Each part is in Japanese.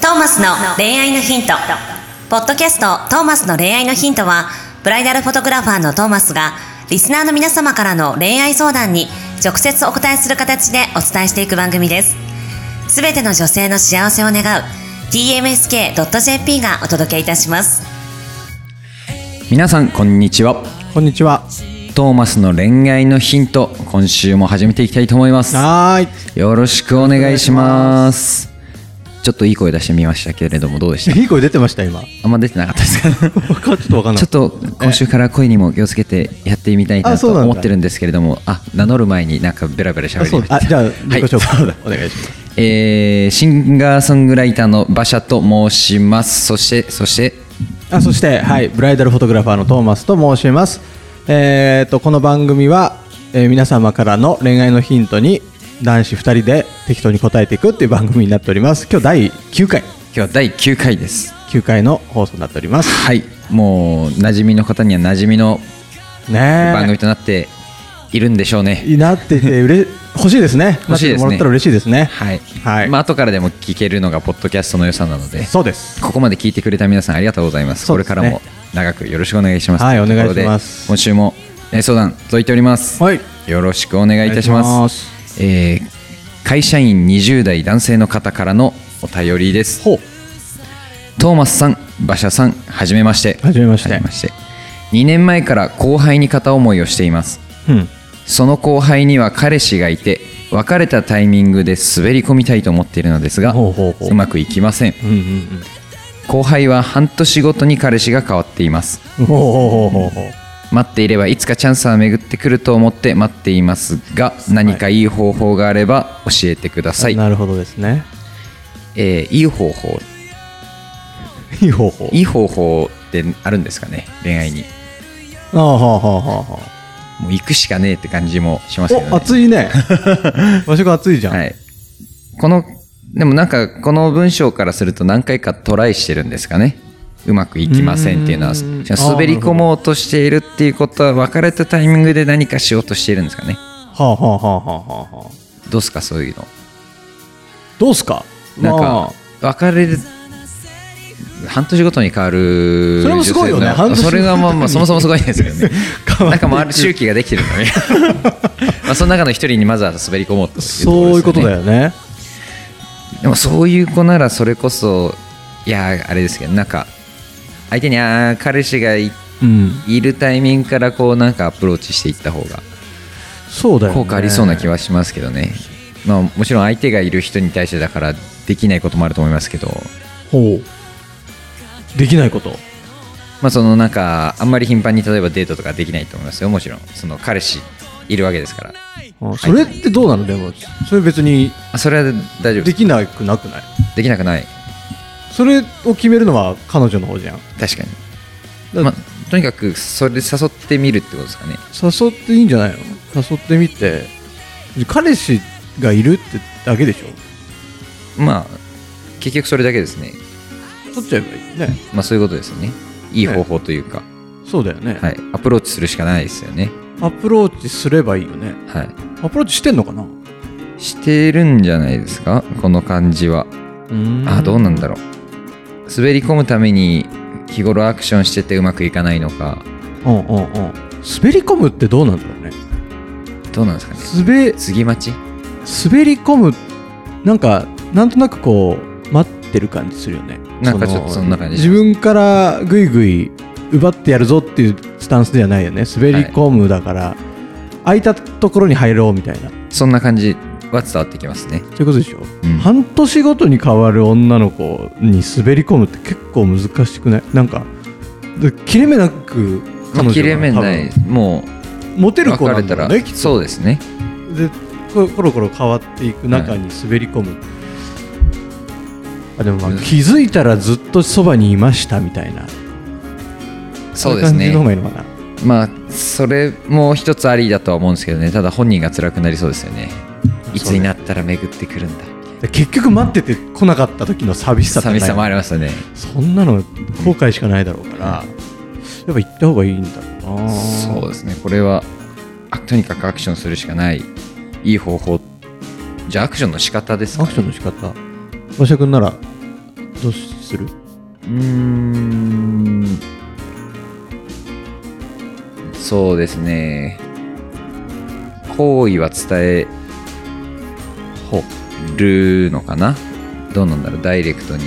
トーマスの恋愛のヒント。ポッドキャストトーマスの恋愛のヒントは、ブライダルフォトグラファーのトーマスがリスナーの皆様からの恋愛相談に直接お答えする形でお伝えしていく番組です。すべての女性の幸せを願う tmsk.jp がお届けいたします。 皆さんこんにちは。 こんにちは。 トーマスの恋愛のヒント、今週も始めていきたいと思います。 はい、 よろしくお願いします。ちょっといい声出してみましたけれども、どうでした？ いい声出てました。今あんま出てなかったですか？ ちょっとわかんない。 ちょっと今週から声にも気をつけてやってみたいなと思ってるんですけれども、名乗る前になんかベラベラ喋りました。 じゃあ自己紹介お願いします。 シンガーソングライターの馬車と申します。そしてはい、ブライダルフォトグラファーのトーマスと申します。この番組は、皆様からの恋愛のヒントに男子2人で適当に答えていくっていう番組になっております。今日第9回。 今日は第9回です。 9回の放送になっております。 はい、もう馴染みの方には馴染みの番組となっているんでしょうね。 なってて欲しいですね。 欲しいですね。 もらったら嬉しいですね。 はい、はい。後からでも聞けるのがポッドキャストの良さなので、 そうです。 ここまで聞いてくれた皆さんありがとうございます。これからも長くよろしくお願いします。 はい、お願いします。 今週も相談届いております。 はい、 よろしくお願いいたします。会社員20代男性の方からのお便りです。トーマスさん、馬車さん、はじめまして。 はじめまして。 2年前から後輩に片思いをしています。その後輩には彼氏がいて、別れたタイミングで滑り込みたいと思っているのですが、うまくいきません。後輩は半年ごとに彼氏が変わっています。待っていればいつかチャンスは巡ってくると思って待っていますが、何かいい方法があれば教えてください。 なるほどですね。 いい方法ってあるんですかね、恋愛に。もう行くしかねえって感じもしますけどね。 熱いね。場所が熱いじゃん。 はい。でもなんかこの文章からすると何回かトライしてるんですかね。うまくいきませんっていうのは、滑り込もうとしているっていうことは、別れたタイミングで何かしようとしているんですかね。どうすか、そういうの。 どうすか。 なんか別れる半年ごとに変わる。 それもすごいよね。 それがまあそもそもすごいんですけどね。なんか周り周期ができてるんだね。その中の一人にまずは滑り込もうと。 そういうことだよね。 でもそういう子ならそれこそ、いやあれですけど、なんか相手に彼氏がいるタイミングからこうなんかアプローチしていった方が効果ありそうな気はしますけどね。もちろん相手がいる人に対してだからできないこともあると思いますけど。 できないこと、 そのなんかあんまり頻繁に例えばデートとかできないと思いますよ。もちろんその彼氏いるわけですから。 それってどうなの？でもそれ別にそれは大丈夫です。 できなくなくない？ できなくない。それを決めるのは彼女の方じゃん。 確かに。とにかくそれで誘ってみるってことですかね。 誘っていいんじゃないの？誘ってみて、彼氏がいるってだけでしょ。 結局それだけですね。 取っちゃえばいいね。 そういうことですよね。いい方法というか、 そうだよね。 はい、アプローチするしかないですよね。 アプローチすればいいよね。 はい。 アプローチしてんのかな？ してるんじゃないですか、この感じは。どうなんだろう。滑り込むために日頃アクションしててうまくいかないのか。 滑り込むってどうなんだろうね。 どうなんですかね。次待ち。 滑り込む、なんとなくこう待ってる感じするよね。 なんかちょっとそんな感じ。 自分からぐいぐい奪ってやるぞっていうスタンスではないよね。滑り込むだから、空いたところに入ろうみたいな、 そんな感じは伝わってきますね。 そういうことでしょ。半年ごとに変わる女の子に滑り込むって結構難しくない？なんか切れ目なく彼女が切れ目ない、もうモテる子なんだろうね。 そうですね。 でコロコロ変わっていく中に滑り込む、でも気づいたらずっとそばにいましたみたいな。 そうですね。 そういう感じの方がいいのかな。 それも一つありだとは思うんですけどね。ただ本人が辛くなりそうですよね。いつになったら巡ってくるんだ。 結局待ってて来なかった時の寂しさってない？ 寂しさもありますよね。 そんなの後悔しかないだろうから、やっぱ行った方がいいんだろうな。 そうですね。これはとにかくアクションするしかない、いい方法。じゃあアクションの仕方ですかね。 アクションの仕方、馬車君ならどどうする？ そうですね、好意は伝えるのかな。どうなんだろう、ダイレクトに。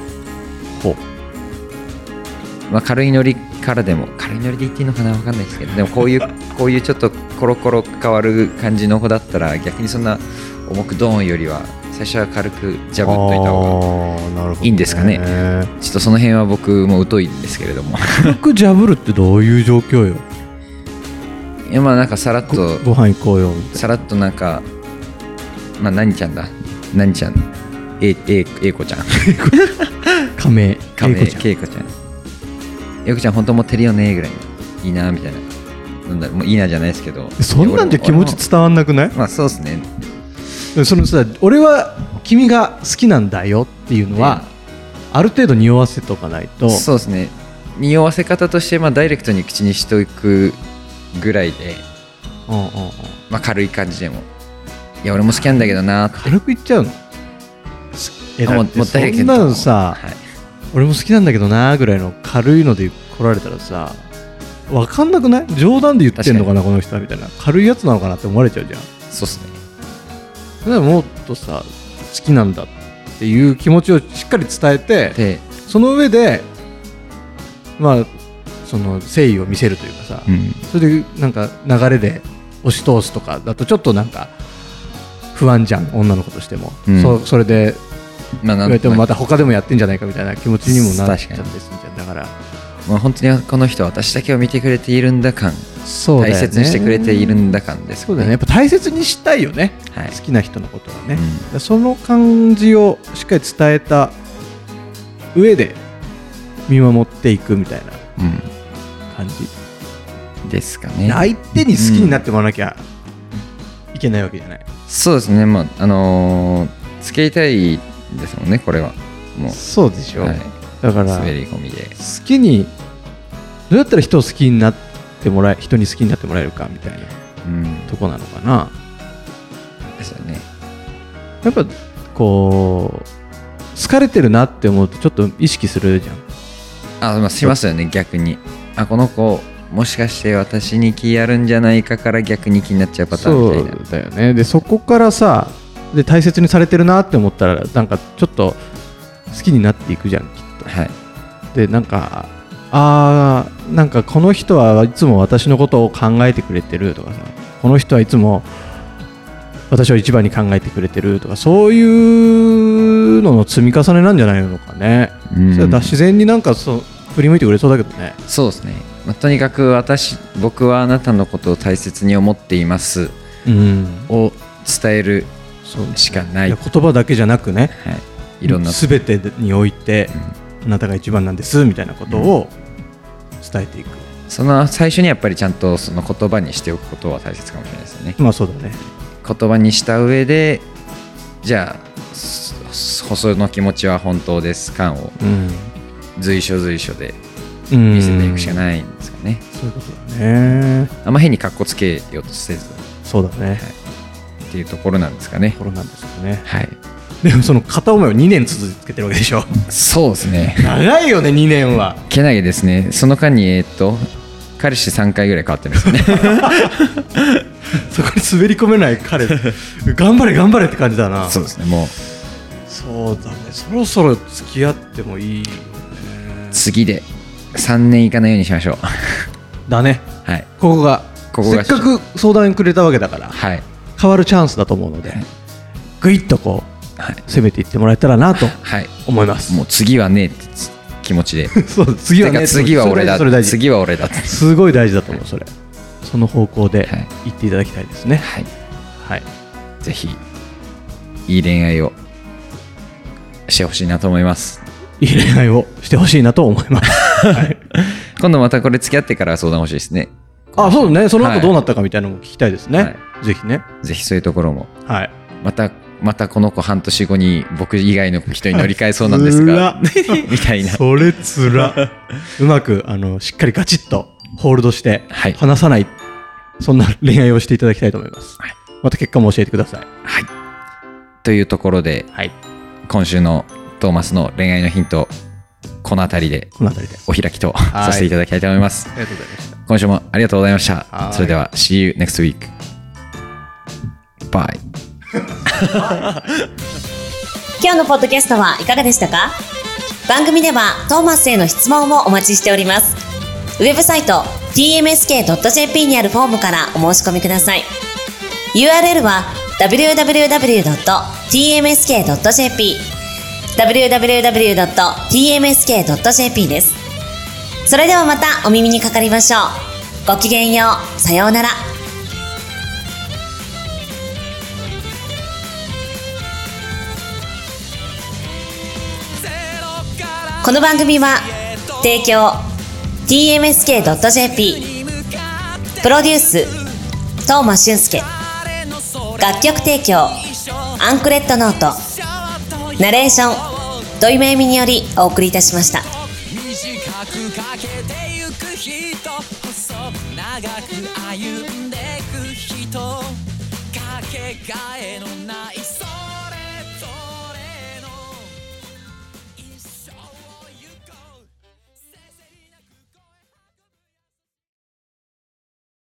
まあ、軽いノリからでも、軽いノリで言っていいのかな、分かんないですけど、でもこういうちょっとコロコロ変わる感じの子だったら、逆にそんな重くドーンよりは最初は軽くジャブっといた方がいいんですかね。ちょっとその辺は僕も疎いんですけれども。 軽くジャブるってどういう状況よ？ いや、まあなんかさらっとご飯行こうよみたいな。さらっとなんか、まあ何ちゃんだ、何ちゃん、英子ちゃん亀恵子ちゃん、英子ちゃん本当持ってるよねぐらいいいなみたいな、なんだろう、もういいなじゃないですけど、 そんなんじゃ気持ち伝わんなくない？ まあそうですね。 そのさ、俺は君が好きなんだよっていうのは、ある程度匂わせとかないと。 そうですね、匂わせ方として、まあダイレクトに口にしておくぐらいで、まあ軽い感じでも、いや俺も好きなんだけどなって軽く言っちゃうの？ もったいそんなのさ、俺も好きなんだけどなぐらいの軽いので来られたらさ、分かんなくない？冗談で言ってんのかなこの人はみたいな、軽いやつなのかなって思われちゃうじゃん。 そうっすね。 だからもっとさ、好きなんだっていう気持ちをしっかり伝えて、その上でまあその誠意を見せるというかさ、それでなんか流れで押し通すとかだとちょっとなんか不安じゃん、女の子としても。それで言われてもまた他でもやってんじゃないかみたいな気持ちにもなっちゃってすんじゃん。だからもう本当にこの人は私だけを見てくれているんだ感、大切にしてくれているんだ感ですかね。 そうだね、やっぱ大切にしたいよね、好きな人のことはね。その感じをしっかり伝えた上で見守っていくみたいな感じですかね。 相手に好きになってもらわなきゃいけないわけじゃない。 そうですね、まあ付き合いたいですもんね、これはもう。そうでしょ、だから滑り込みで好きに、どうやったら人を好きになってもらえ、人に好きになってもらえるかみたいなとこなのかな。 ですよね。 やっぱこう好かれてるなって思うとちょっと意識するじゃん。 まあしますよね、逆に。この子もしかして私に気あるんじゃないかから逆に気になっちゃうパターンみたいな。 そうだよね。でそこからさ、で大切にされてるなって思ったらなんかちょっと好きになっていくじゃん、きっと。でなんかなんかこの人はいつも私のことを考えてくれてるとかさ、この人はいつも私を一番に考えてくれてるとか、そういうのの積み重ねなんじゃないのかね。それは自然になんか振り向いてくれそうだけどね。 そうですね、とにかく僕はあなたのことを大切に思っています、を伝えるしかない。 言葉だけじゃなくね、 いろんな全てにおいて、あなたが一番なんですみたいなことを伝えていく。 その最初にやっぱりちゃんとその言葉にしておくことは大切かもしれないですよね。 まあそうだね。 言葉にした上で、じゃあその気持ちは本当です感を随所随所で見せていくしかないんですかね。 そういうことだね。 あんま変にカッコつけようとせず。 そうだね、 っていうところなんですかね。 でもその片思いを2年続けてるわけでしょ。 そうですね。 長いよね、2年は。 けなげですね。その間に彼氏3回ぐらい変わってるんですよね。 そこに滑り込めない彼、頑張れ頑張れって感じだな。 そうですね、もう。 そうだね、そろそろ付き合ってもいいよね。 次で3年いかないようにしましょう。 だね。ここがせっかく相談くれたわけだから、変わるチャンスだと思うので、ぐいっとこう攻めていってもらえたらなと思います。 もう次はねって気持ちで。 そう次はね、 次は俺だ、次は俺だってすごい大事だと思う。その方向で言っていただきたいですね。 ぜひいい恋愛をしてほしいなと思います。 いい恋愛をしてほしいなと思います。 今度またこれ付き合ってから相談欲しいですね。 そうね。その後どうなったかみたいなのも聞きたいですね。ぜひね。 ぜひそういうところも。またこの子半年後に僕以外の人に乗り換えそうなんですがみたいな。 それつら。うまくしっかりガチッとホールドして離さない、そんな恋愛をしていただきたいと思います。また結果も教えてください。 というところで、今週のトーマスの恋愛のヒント、この辺りでお開きとさせていただきたいと思います。 ありがとうございました。 今週もありがとうございました。それでは See you next week. Bye. 今日のポッドキャストはいかがでしたか？番組ではトーマスへの質問もお待ちしております。ウェブサイト tmsk.jp にあるフォームからお申し込みください。URL は www.tmsk.jp www.tmsk.jp です。それではまたお耳にかかりましょう。ごきげんよう。さようなら。この番組は提供 tmsk.jp プロデュース東間俊介、楽曲提供アンクレットノート、ナレーション土井めいみによりお送りいたしました。 短くかけてゆく人、細長く歩んでく人、かけがえのない